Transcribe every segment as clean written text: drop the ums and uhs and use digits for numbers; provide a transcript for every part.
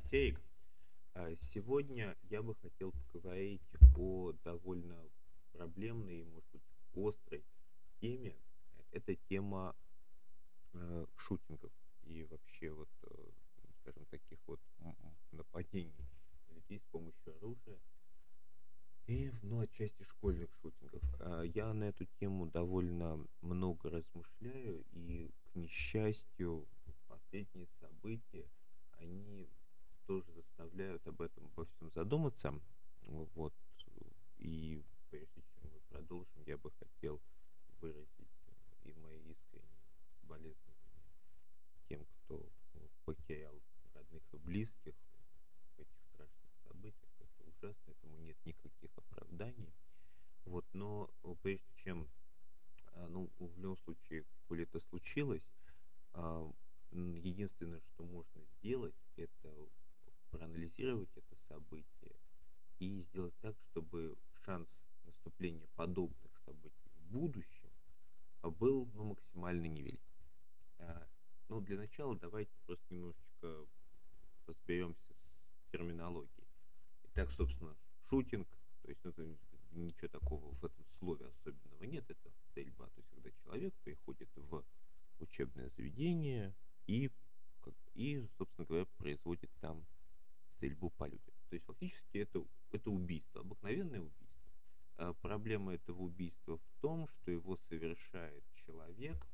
истерик. Сегодня я бы хотел поговорить о довольно проблемной и, может быть, острой теме. Это тема шутингов и вообще скажем, таких нападений на людей с помощью оружия и, отчасти школьных шутингов. Я на эту тему довольно много размышляю, и, к несчастью, последние события, они тоже заставляют об этом во всем задуматься. Вот. И прежде чем мы продолжим, я бы хотел выразить и мои искренние соболезнования тем, кто потерял родных и близких в этих страшных событиях. Это ужасно, этому нет никаких оправданий. Но прежде чем, в любом случае, коли это случилось, единственное, что можно сделать, это проанализировать это событие и сделать так, чтобы шанс наступления подобных событий в будущем был максимально невелик. Для начала давайте просто немножечко разберемся с терминологией. Итак, собственно, шутинг, то есть ничего такого в этом слове особенного нет, это стрельба, то есть когда человек приходит в учебное заведение и собственно говоря, производит там стрельбу по людям. То есть фактически это убийство, обыкновенное убийство. Проблема этого убийства в том, что его совершает человек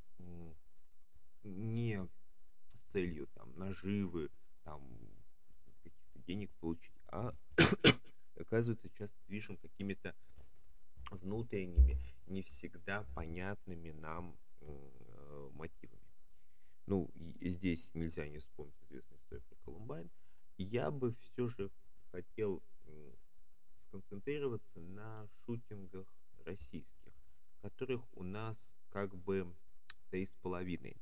не с целью наживы, каких-то денег получить, а оказывается часто движим какими-то внутренними, не всегда понятными нам мотивами. И здесь нельзя не вспомнить известную историю про Колумбайн. Я бы все же хотел сконцентрироваться на шутингах российских, которых у нас как бы 3,5.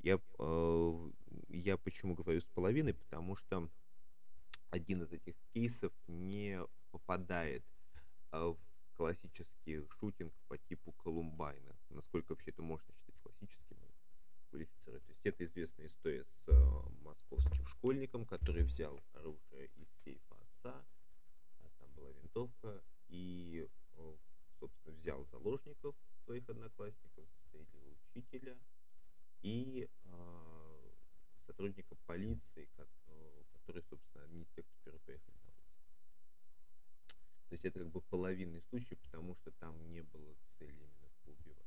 Я почему говорю с половиной, потому что один из этих кейсов не попадает в классический шутинг по типу Колумбайна. Насколько вообще это можно считать классическим, квалифицировать. То есть это известная история с московским школьником, который взял оружие из сейфа отца, там была винтовка, и, собственно, взял заложников своих одноклассников, застрелил учителя и сотрудника полиции, который, собственно, не из тех, кто первый поехали на улицу. То есть это как бы половинный случай, потому что там не было цели именно поубивать.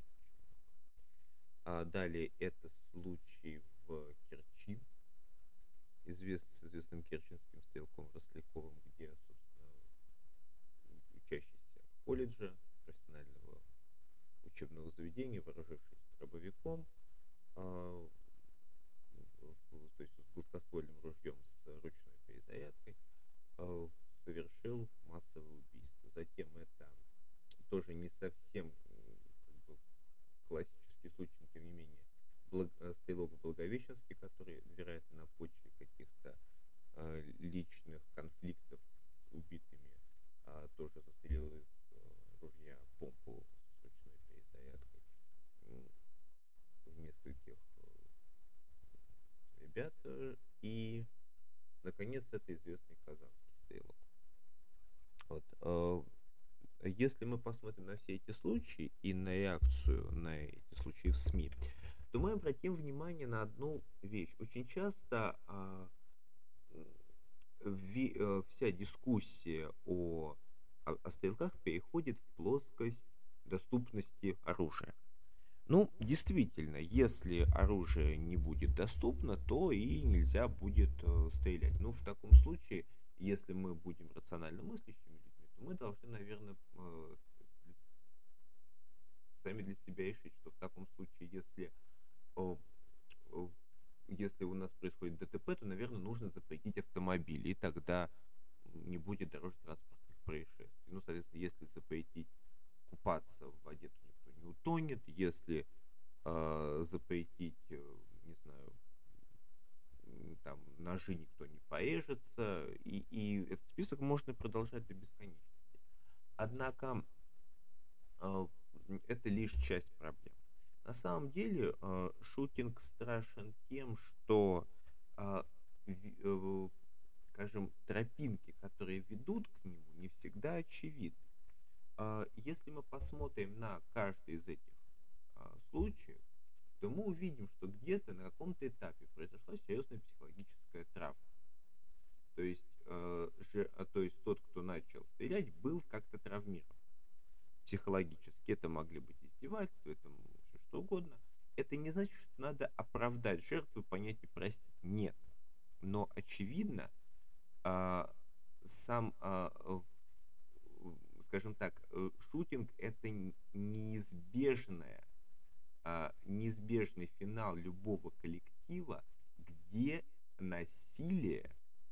Далее это случай в Керчи, с известным керченским стрелком Росляковым, где, собственно, учащийся колледжа, профессионального учебного заведения, вооружившись дробовиком, то есть с гладкоствольным ружьем с ручной перезарядкой, совершил массовое убийство. Затем это тоже не совсем классический случай, но тем не менее стрелок в Благовещенске, который, вероятно, на почве каких-то личных конфликтов с убитыми, тоже застрелил из ружья помпу с ручной перезарядкой в нескольких ребят. И, наконец, это известный казанский стрелок. Если мы посмотрим на все эти случаи и на реакцию на эти случаи в СМИ, то мы обратим внимание на одну вещь. Очень часто вся дискуссия о стрелках переходит в плоскость доступности оружия. Действительно, если оружие не будет доступно, то и нельзя будет стрелять. В таком случае, если мы будем рационально мыслящими людьми, то мы должны, наверное, сами для себя решить, что в таком случае, если у нас происходит ДТП, то, наверное, нужно запретить автомобили, и тогда не будет дорожно-транспортных происшествий. Соответственно, если запретить купаться в воде, то никто не утонет. Если запретить, не знаю, ножи, никто не порежется. И этот список можно продолжать до бесконечности. Однако это лишь часть проблем. На самом деле шутинг страшен тем, что, скажем, тропинки, которые ведут к нему, не всегда очевидны. Если мы посмотрим на каждый из этих случаев, то мы увидим, что где-то на каком-то этапе произошла серьезная психологическая травма. То есть тот, кто начал стрелять, был как-то травмирован психологически. Это могли быть издевательства, это все что угодно. Это не значит, что надо оправдать жертву, понять и простить. Нет. Но очевидно, скажем так, шутинг — это неизбежный финал любого коллектива, где насилие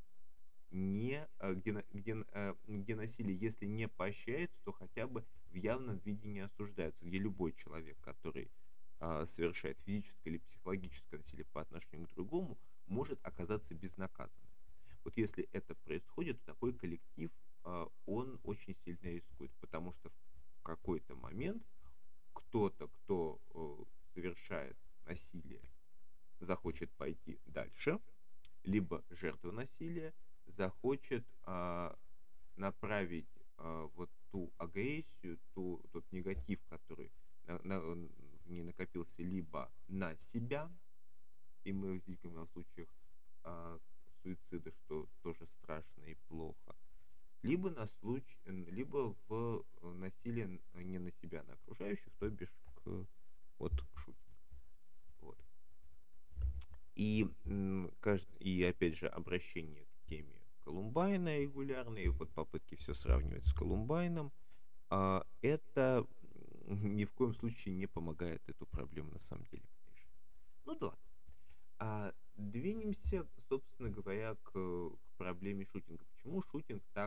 где насилие, если не поощряется, то хотя бы в явном виде не осуждается, где любой человек, который совершает физическое или психологическое насилие по отношению к другому, может оказаться безнаказанным. Вот если это происходит, то такой коллектив, он очень сильно рискует, потому что в какой-то момент кто-то, кто совершает насилие, захочет пойти дальше, либо жертва насилия захочет направить вот ту агрессию, тот негатив, который в ней накопился, либо на себя, и мы здесь говорим о случаях суицида, что тоже страшно и плохо, либо либо в насилие не на себя, а на окружающих, то бишь к шутингу. Вот. И опять же обращение к теме Колумбайна регулярные, вот попытки все сравнивать с Колумбайном, это ни в коем случае не помогает эту проблему на самом деле решить. Ну да ладно. Двинемся, собственно говоря, к проблеме шутинга. Почему шутинг так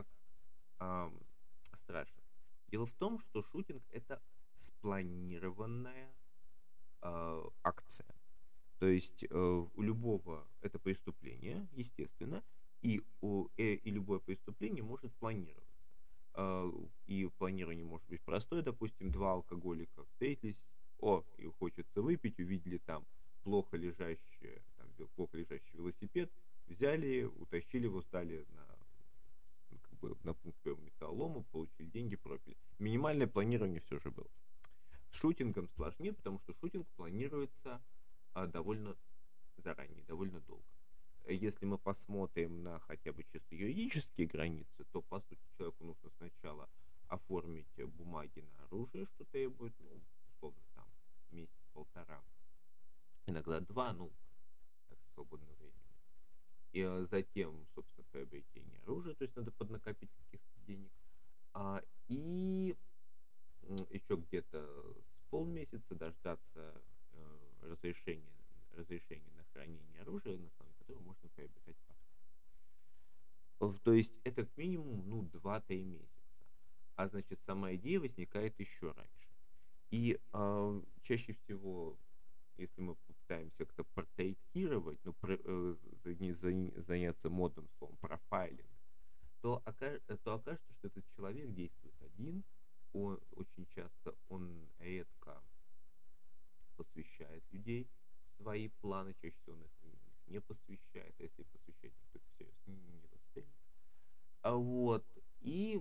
страшен? Дело в том, что шутинг — это спланированная акция. То есть у любого это преступление, естественно, и любое преступление может планироваться. И планирование может быть простое, допустим, два алкоголика встретились, и хочется выпить, увидели там плохо лежащий велосипед, взяли, утащили его, сдали на пункт металлолома, получили деньги, пропили. Минимальное планирование все же было. С шутингом сложнее, потому что шутинг планируется довольно заранее, довольно долго. Если мы посмотрим на хотя бы чисто юридические границы, то, по сути, человеку нужно сначала оформить бумаги на оружие, что требует, условно, там, месяц-полтора, иногда 2, так, свободного времени. И затем, собственно, приобретение оружия, то есть надо поднакопить каких-то денег. И еще где-то с полмесяца дождаться разрешения на хранение оружия, на основе которого можно приобретать паспорт. То есть это как минимум 2-3 месяца. А значит, сама идея возникает еще раньше. И чаще всего, если мы попытаемся как-то портретировать, заняться модным словом профайлинг, то окажется, что этот человек действует один, очень часто он редко посвящает людей в свои планы, чаще всего он их не посвящает, а если посвящает, никто это всерьез не воспримет. И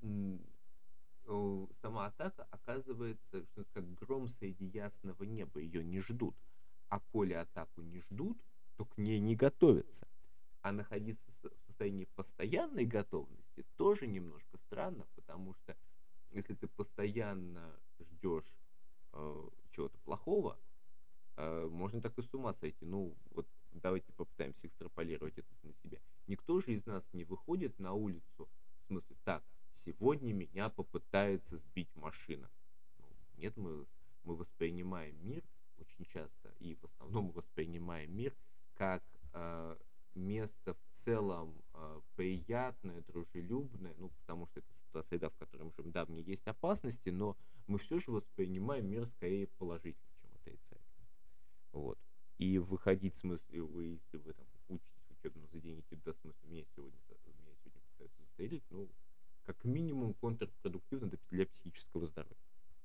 сама атака оказывается, что как гром среди ясного неба, ее не ждут. А коли атаку не ждут, то к ней не готовятся. А находиться в состоянии постоянной готовности тоже немножко странно, потому что если ты постоянно ждешь чего-то плохого, можно так и с ума сойти. Давайте попытаемся экстраполировать это на себя. Никто же из нас не выходит на улицу, в смысле, так, сегодня меня попытается сбить машина. Нет, мы воспринимаем мир очень часто, и в основном мы воспринимаем мир как место в целом приятное, дружелюбное, потому что это та среда, в которой мы живем. Да, в ней есть опасности, но мы все же воспринимаем мир скорее положительно, чем отрицательно. И выходить, в смысле, если вы там учитесь в учебном заведении, до смысла, меня сегодня пытаются застрелить, как минимум контрпродуктивно для психического здоровья.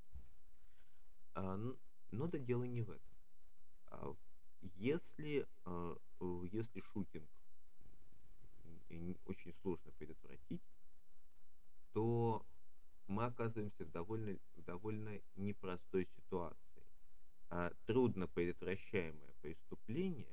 Но да дело не в этом. Если шутинг очень сложно предотвратить, то мы оказываемся в довольно непростой ситуации. Трудно предотвращаемое преступление,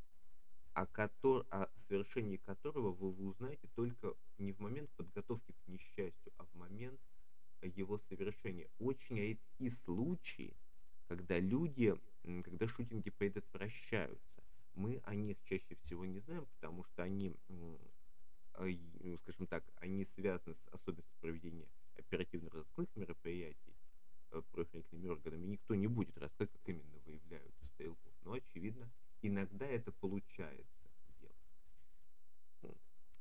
о совершении которого вы узнаете только не в момент подготовки к несчастью, а в момент его совершения. Очень редки случаи, когда когда шутинги предотвращаются. Мы о них чаще всего не знаем, потому что они, скажем так, они связаны с особенностью проведения оперативно-розыскных мероприятий правоохранительными органами. Никто не будет рассказывать, как именно выявляют стрелков. Но, очевидно, иногда это получается делать.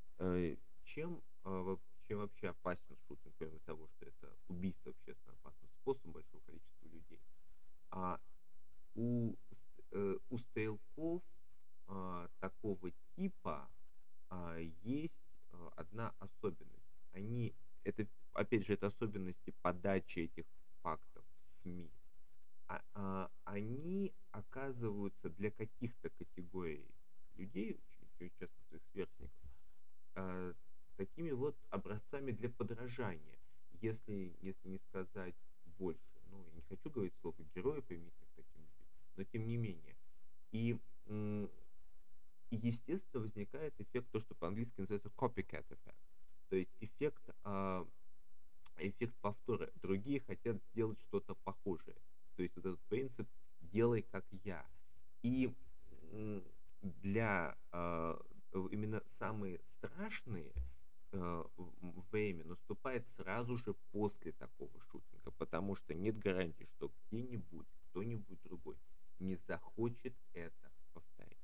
Чем вообще опасен шутинг, кроме того, что это убийство общественно опасным способом большого количества людей? А у стрелков такого типа есть одна особенность. Это, опять же, это особенности подачи этих фактов в СМИ. Они оказываются для каких-то категорий людей, очень часто своих сверстников, такими вот образцами для подражания, если не сказать больше. Ну, я не хочу говорить слово герои применительно к таким людям, но тем не менее. И естественно возникает эффект, то, что по-английски называется copycat эффект. То есть эффект повтора. Другие хотят сделать что-то похожее. То есть вот этот принцип «делай как я». И именно самые страшные время наступает сразу же после такого шутинга, потому что нет гарантии, что где-нибудь кто-нибудь другой не захочет это повторить.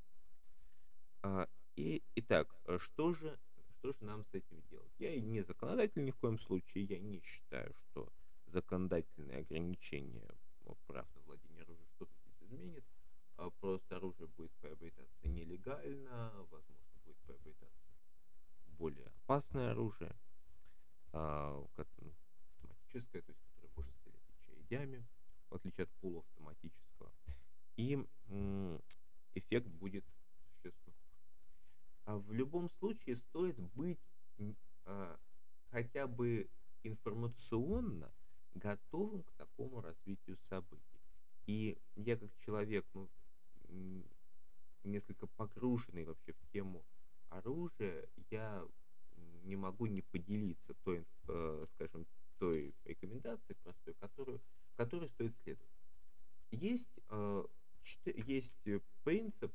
Итак, что же нам с этим делать? Я и не законодатель ни в коем случае, я не считаю, что законодательные ограничения прав на владение оружием что-то здесь изменит. Просто оружие будет приобретаться нелегально, возможно, будет приобретаться более опасное оружие, автоматическое, то есть которое может стрелять очередями, в отличие от полуавтоматического. И эффект будет существенно хуже. В любом случае стоит быть хотя бы информационно готовым к такому развитию событий. И я как человек, несколько погруженный вообще в тему оружия, я не могу не поделиться скажем, той рекомендацией простой, которой стоит следовать. Есть принцип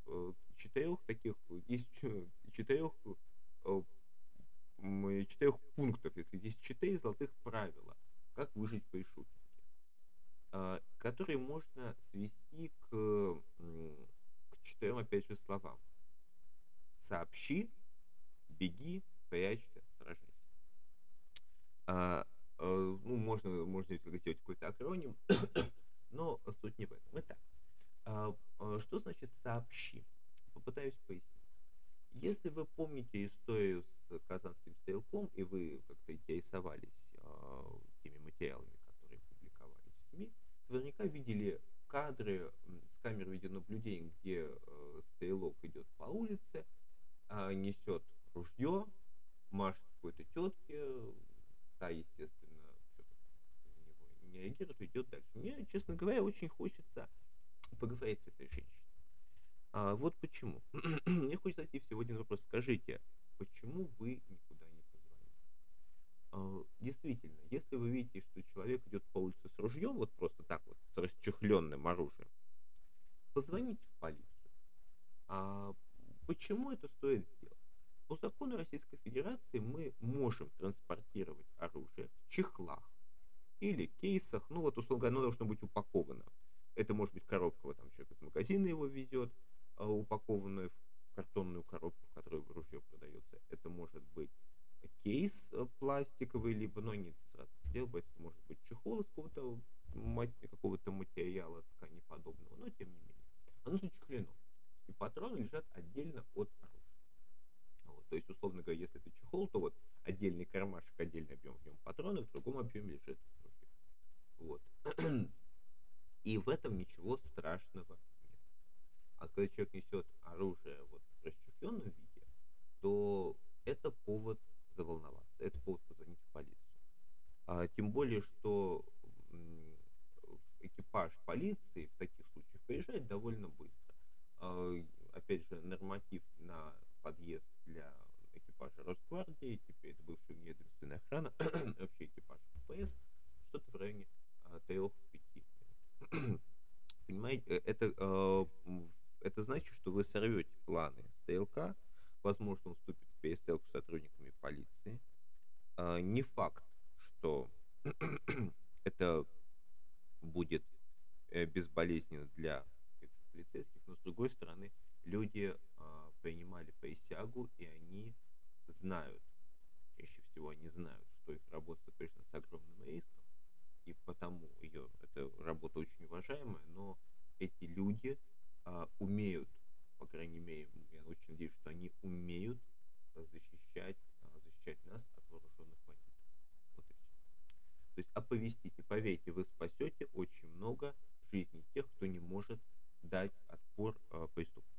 четырех пунктов, если есть 4 золотых правила, как выжить при шутинге, которые можно свести к 4, опять же, словам. Сообщи, беги, прячься, сражайся. Можно сделать какой-то акроним, но суть не в этом. Итак, что значит сообщи? Попытаюсь пояснить. Если вы помните историю с казанским стрелком, и вы как-то интересовались теми материалами, которые публиковались в СМИ, наверняка видели кадры с камер видеонаблюдения, где стрелок идет по улице, несет ружье, машет какой-то тетке, та, естественно, что-то на него не реагирует, идет дальше. Мне, честно говоря, очень хочется поговорить с этой женщиной. Вот почему. Мне хочется задать всего один вопрос. Скажите, почему вы никуда не позвонили? Действительно, если вы видите, что человек идет по улице с ружьем, вот просто так вот, с расчехленным оружием, позвоните в полицию. Почему это стоит сделать? По закону Российской Федерации мы можем транспортировать оружие в чехлах или кейсах, условно, оно должно быть упаковано. Это может быть коробка, там человек из магазина его везет, упакованную в картонную коробку, в которой ружье продается. Это может быть кейс пластиковый, либо, не сразу сделать, это может быть чехол из какого-то материала, ткани подобного, но тем не менее. Оно зачехлено. И патроны лежат отдельно от оружия. То есть, условно говоря, если это чехол, то отдельный кармашек, отдельный объем в нем патронов, в другом объеме лежит ружье. И в этом ничего страшного нет. А когда человек несет оружие в расчехленном виде, то это повод заволноваться, это повод позвонить в полицию. Тем более, что экипаж полиции в таких случаях приезжает довольно быстро. Опять же, норматив на подъезд для экипажа Росгвардии, теперь это бывшая вневедомственная охрана, вообще экипаж ДПС, что-то в районе 3-5 минут. Понимаете, это значит, что вы сорвете планы стрелка, возможно, он вступит в перестрелку с сотрудниками полиции. Не факт, что это будет безболезненно для полицейских, но с другой стороны, люди принимали присягу, и они знают, чаще всего они знают, что их работа сопряжена с огромным риском, и потому эта работа очень уважаемая, но эти люди умеют, по крайней мере, я очень надеюсь, что они умеют защищать нас от вооруженных бандитов. Вот и все. То есть оповестите, поверьте, вы спасете очень много жизней тех, кто не может дать отпор преступнику.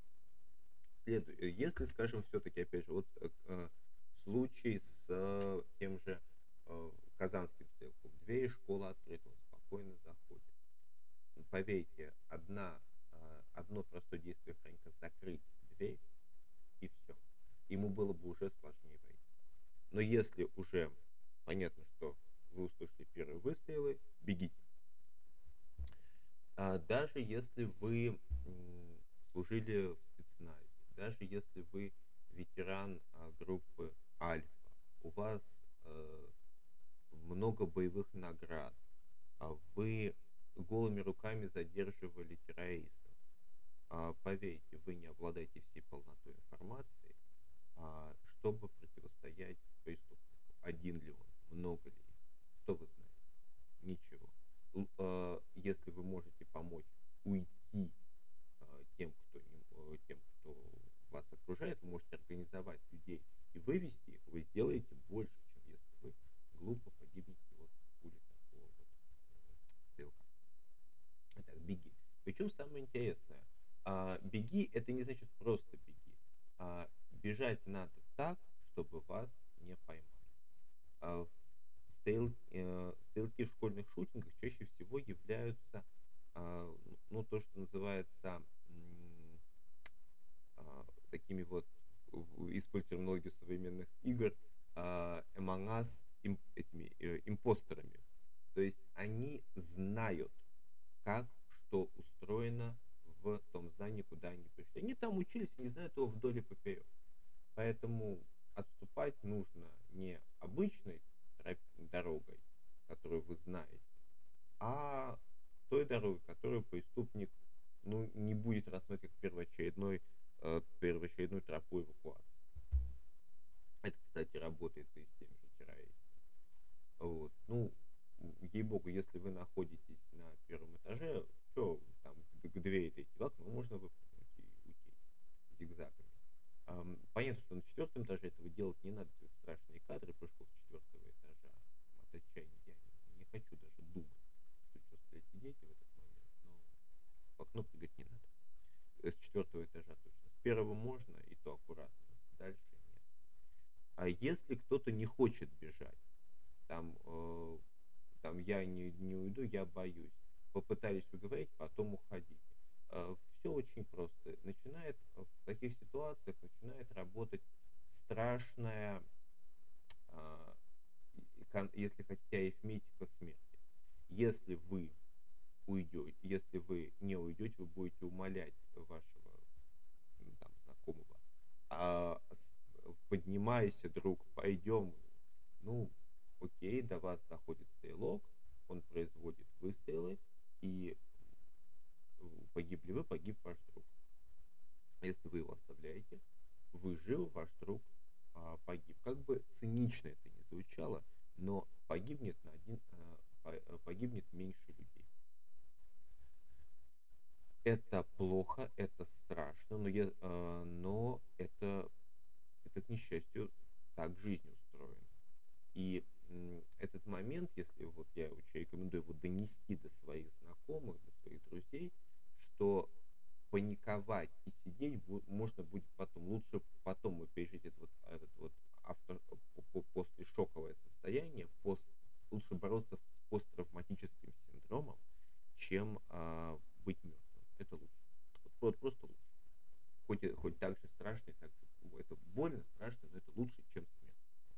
Если, скажем, все-таки, опять же, случай с тем же казанским стрелком, двери школы открыты, он спокойно заходит. Поверьте, одно простое действие охранника — закрыть дверь, и все. Ему было бы уже сложнее войти. Но если уже понятно, что вы услышали первые выстрелы, бегите. Даже если вы служили в спецназе, даже если вы ветеран группы Альфа, у вас много боевых наград, вы голыми руками задерживали террористов, поверьте, вы не обладаете всей полнотой информации, чтобы противостоять преступнику. Один ли он, много ли их, что вы знаете? Ничего. Если вы можете помочь уйти тем, кто вас окружает, вы можете организовать людей и вывести их, вы сделаете больше, чем если вы глупо погибнете от пули такого стрелка. Итак, беги. Причем самое интересное, беги — это не значит просто беги. Бежать надо так, чтобы вас не поймали. Стрелки в школьных шутингах чаще всего являются, то, что называется, такими вот, используя терминологию современных игр, Among Us импостерами. То есть они знают, как что устроено в том здании, куда они пришли. Они там учились и не знают его вдоль и поперек. Поэтому отступать нужно не обычной дорогой, которую вы знаете, а той дорогой, которую преступник не будет рассматривать как первоочередную тропу эвакуации. Это, кстати, работает и с теми же террористами. Вот. Ей-богу, если вы находитесь на первом этаже, что там к двери идти в окно, можно выпрыгнуть и уйти зигзагами. Понятно, что на 4-м этаже этого делать не надо, это страшные кадры прыжков с 4-го этажа. От отчаяния я не хочу даже думать, что чувствуют эти дети в этот момент, но в окно прыгать не надо. С 4-го этажа точно. С 1-го можно, и то аккуратно, дальше нет. А если кто-то не хочет бежать, там я не уйду, я боюсь. Попытались уговорить, потом уходите. Все очень просто. В таких ситуациях начинает работать страшная, если хотите, арифметика смерти. Если вы не уйдете, вы будете умолять вашего знакомого. Поднимайся, друг, пойдем. Окей, до вас доходит стрелок, он производит выстрелы, и погибли вы, погиб ваш друг. Если вы его оставляете, вы живы, ваш друг погиб. Как бы цинично это ни звучало, но погибнет меньше людей. Это плохо, это страшно, но это, к несчастью, так жизнь устроена. И этот момент, если я очень рекомендую его донести до своих знакомых, до своих друзей, что паниковать и сидеть можно будет потом. Лучше потом пережить этот это больно, страшно, но это лучше, чем смерть.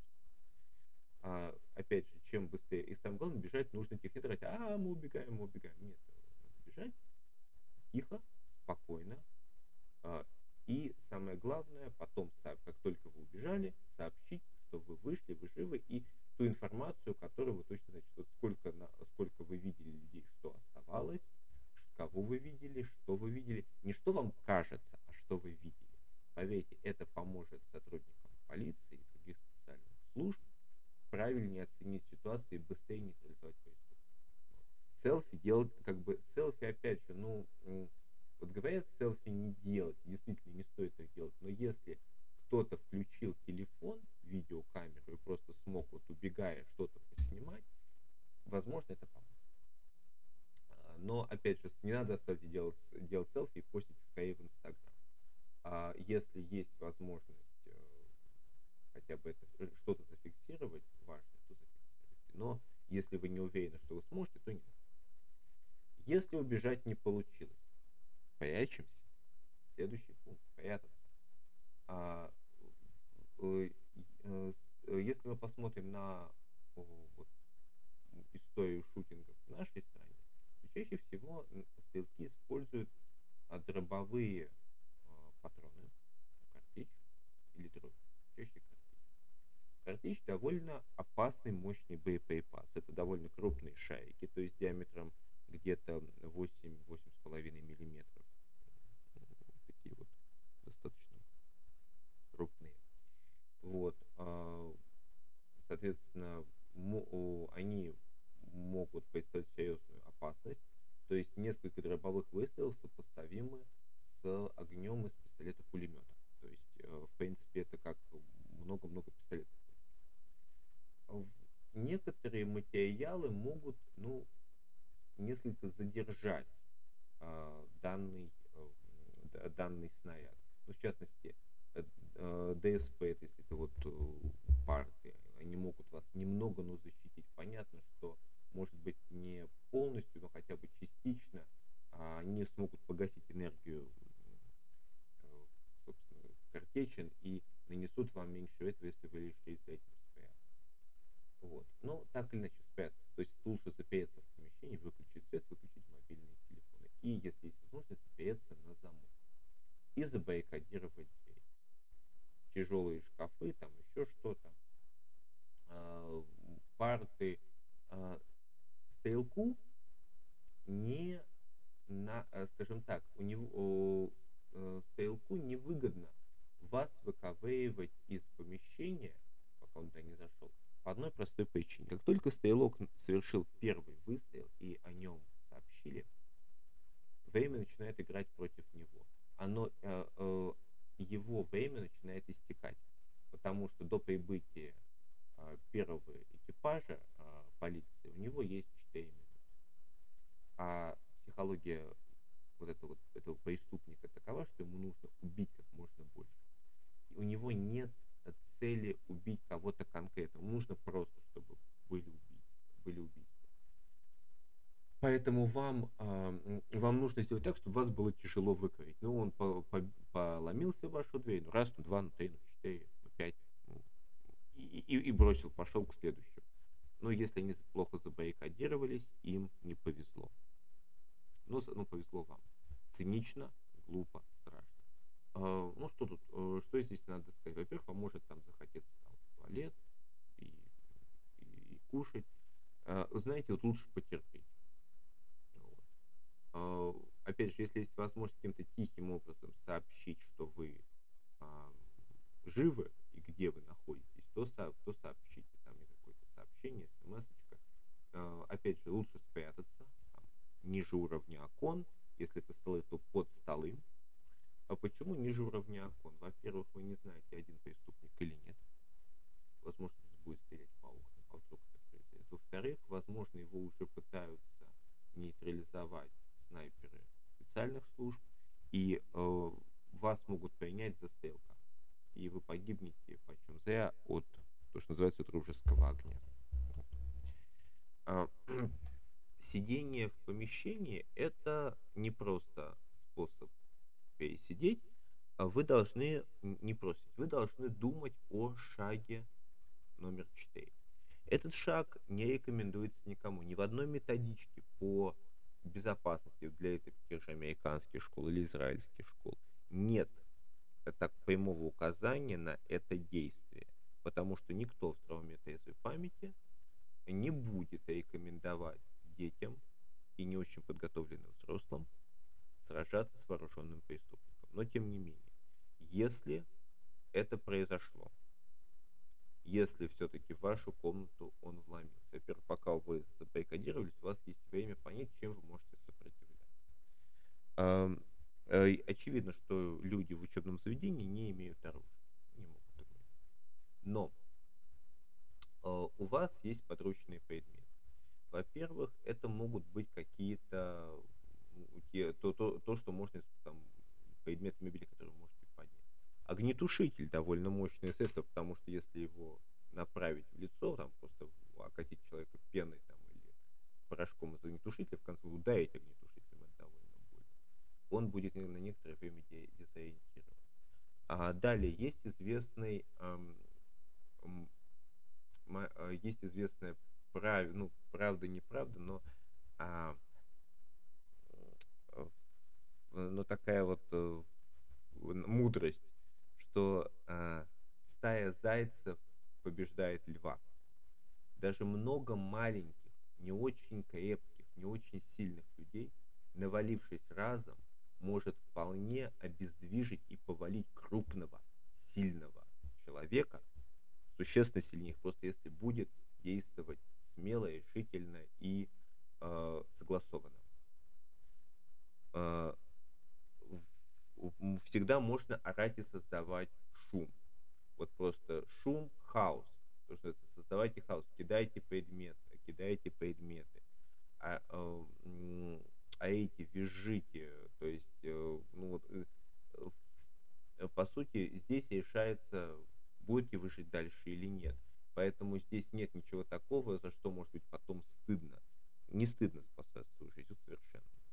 Опять же, чем быстрее. И самое главное, бежать нужно тихо, не говорить, мы убегаем, мы убегаем. Нет, надо бежать тихо, спокойно. И самое главное, потом, как только вы убежали, сообщить, что вы вышли, вы живы, и ту информацию, которую вы точно знаете, что сколько вы видели людей, что оставалось, кого вы видели, что вы видели. Не что вам кажется, а что вы видели. Поверьте, это поможет сотрудникам полиции и других специальных служб правильнее оценить ситуацию и быстрее нейтрализовать преступника. Селфи делать, селфи, опять же, вот говорят, селфи не делать, действительно не стоит их делать, но если кто-то включил телефон, видеокамеру и просто смог, вот убегая, что-то поснимать, возможно, это поможет. Но, опять же, не надо оставить делать селфи и постить скорее в Инстаграм. Если есть возможность хотя бы что-то зафиксировать, важно, то зафиксируйте. Но если вы не уверены, что вы сможете, то не надо. Если убежать не получилось, прячемся. Следующий пункт – прятаться. Если мы посмотрим на историю шутингов в нашей стране, то чаще всего стрелки используют дробовые патроны, картечь или дробь, чаще картечь. Картечь довольно опасный, мощный боеприпас. Это довольно крупные шарики, то есть диаметром где-то 8-8,5 миллиметров. Такие вот достаточно крупные. Вот. Соответственно, они могут представить серьезную опасность. То есть несколько дробовых выстрелов сопоставимы с огнем из пистолета-пулемета. То есть, в принципе, это как много-много пистолетов. Некоторые материалы могут, несколько задержать данный снаряд. В частности, ДСП, если это вот парты, они могут вас немного, но защитить. Понятно, что, может быть, не полностью, но хотя бы частично они смогут погасить энергию, собственно, картечин и нанесут вам меньше этого, если вы решили за этим спрятаться. Вот. Но так или иначе спрятаться. То есть лучше запереться в помещении, выключить свет, выключить мобильные телефоны. И, если есть возможность, запереться на замок. И забаррикадировать дверь. Тяжелые шкафы, там еще что-то. Парты. Стрелку скажем так, стрелку невыгодно вас выковыривать из помещения, пока он туда не зашел, по одной простой причине. Как только стрелок совершил первый выстрел и о нем сообщили, время начинает играть против него. Его время начинает истекать, потому что до прибытия первого экипажа полиции у него есть 4 минуты. А психология этого преступника такова, что ему нужно убить как можно больше. И у него нет цели убить кого-то конкретно. Ему нужно просто, чтобы были убийства. Поэтому вам нужно сделать так, чтобы вас было тяжело выкроить. Он поломился в вашу дверь, раз, два, 3, 4, 5, и бросил, пошел к следующему. Но если они плохо забаррикадировались, им не повезло. Повезло вам. Цинично, глупо, страшно. Что тут? Что здесь надо сказать? Во-первых, вам может там захотеться в туалет и кушать. Знаете, вот лучше потерпеть. Опять же, если есть возможность каким-то тихим образом сообщить, что вы живы и где вы находитесь, то сообщите. Там есть какое-то сообщение, смс-очка. Опять же, лучше спрятаться ниже уровня окон. Если это столы, то под столы. А почему ниже уровня окон? Во-первых, вы не знаете, один преступник или нет. Возможно, он будет стрелять по окнам, а вдруг это произойдет. Во-вторых, возможно, его уже пытаются нейтрализовать снайперы специальных служб, и вас могут принять за стрелка. И вы погибнете почем зря от того, что называется дружеского огня. Сидение в помещении – это не просто способ пересидеть. вы должны не бросить, вы должны думать о шаге номер 4. Этот шаг не рекомендуется никому. Ни в одной методичке по безопасности для тех же американских школ или израильских школ нет так прямого указания на это действие. Потому что никто в здравом уме и трезвой памяти не будет рекомендовать детям и не очень подготовленным взрослым сражаться с вооруженным преступником. Но тем не менее, если это произошло, если все-таки в вашу комнату он вломился, во-первых, пока вы забаррикадировались, у вас есть время понять, чем вы можете сопротивляться. Очевидно, что люди в учебном заведении не имеют оружия, не могут иметь. Но у вас есть подручные предметы. Во-первых, это могут быть какие-то то, что можно там, предметы мебели, которые вы можете поднять. Огнетушитель довольно мощное средство, потому что если его направить в лицо, там просто окатить человека пеной там, или порошком из огнетушителя, в конце ударить огнетушителем, это довольно больно. Он будет на некоторое время дезориентирован. Далее есть известная правда-неправда, но такая вот мудрость, что стая зайцев побеждает льва. Даже много маленьких, не очень крепких, не очень сильных людей, навалившись разом, может вполне обездвижить и повалить крупного, сильного человека, существенно сильнее, просто если будет действовать смело, решительно и согласованно. Всегда можно орать и создавать шум. Вот просто шум, хаос. То, что это, создавайте хаос, кидайте предметы. Эти визжите. То есть, по сути, здесь решается, будете вы жить дальше или нет. Поэтому здесь нет ничего такого, за что может быть потом стыдно. Не стыдно спасать свою жизнь, совершенно не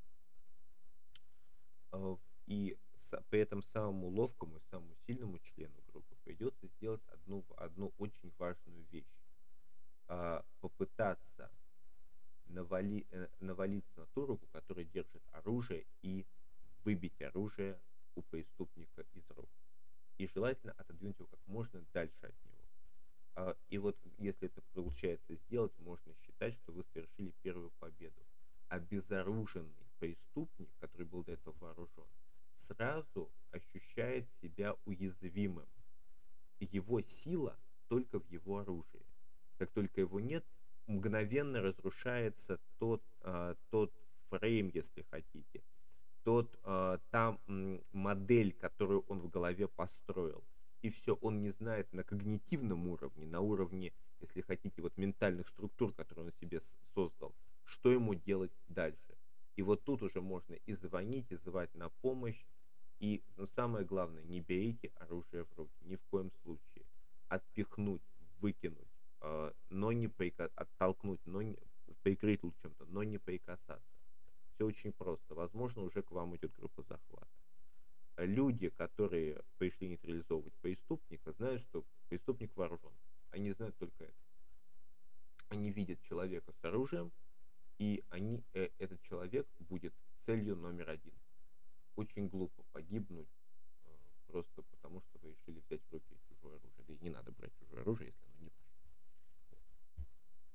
стыдно. И при этом самому ловкому и самому сильному члену группы придется сделать одну очень важную вещь. Попытаться навалиться на ту руку, которая держит оружие, и выбить оружие у преступника из рук. И желательно отодвинуть его как можно дальше от него. И вот если это получается сделать, можно считать, что вы совершили первую победу. Обезоруженный преступник, который был до этого вооружен, сразу ощущает себя уязвимым. Его сила только в его оружии. Как только его нет, мгновенно разрушается тот фрейм, если хотите, та модель, которую он в голове построил. И все, он не знает на когнитивном уровне, на уровне, если хотите, вот ментальных структур, которые он себе создал, что ему делать дальше. И вот тут уже можно и звонить, и звать на помощь. И самое главное, не берите оружие в руки, ни в коем случае. Отпихнуть, выкинуть, но не оттолкнуть, но не прикрыть лучше чем-то, но не прикасаться. Все очень просто. Возможно, уже к вам идет группа захвата. Люди, которые пришли нейтрализовывать преступника, знают, что преступник вооружен. Они знают только это. Они видят человека с оружием, и этот человек будет целью номер один. Очень глупо погибнуть просто потому, что вы решили взять в руки чужое оружие. Да и не надо брать чужое оружие, если оно не ваше.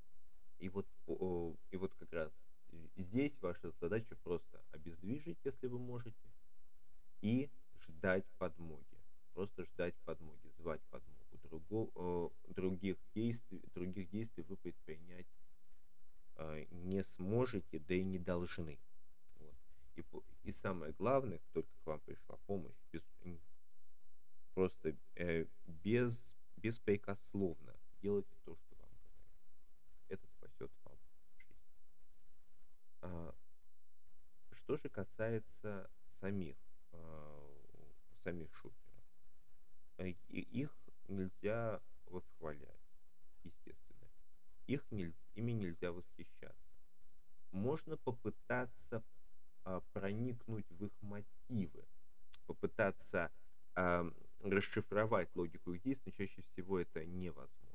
И вот как раз здесь ваша задача просто обездвижить, если вы можете, и ждать подмоги. Просто ждать подмоги, звать подмогу. Других действий вы предпринять не сможете, да и не должны. Вот. И самое главное, только к вам пришла помощь, просто беспрекословно делайте то, что вам говорят. Это спасет вам жизнь. Что же касается самих шутеров, их нельзя восхвалять, естественно. Ими нельзя восхищаться. Можно попытаться проникнуть в их мотивы, попытаться расшифровать логику их действий, но чаще всего это невозможно.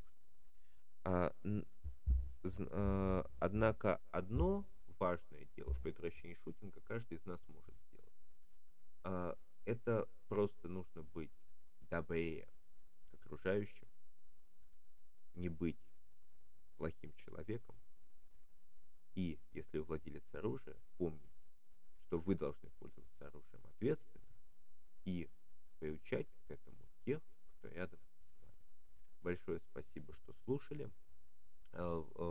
Однако одно важное дело в предотвращении шутинга каждый из нас может сделать. Это просто нужно быть добрее к окружающим, не быть плохим человеком. И если вы владелец оружия, помните, что вы должны пользоваться оружием ответственно и приучать к этому тех, кто рядом с вами. Большое спасибо, что слушали.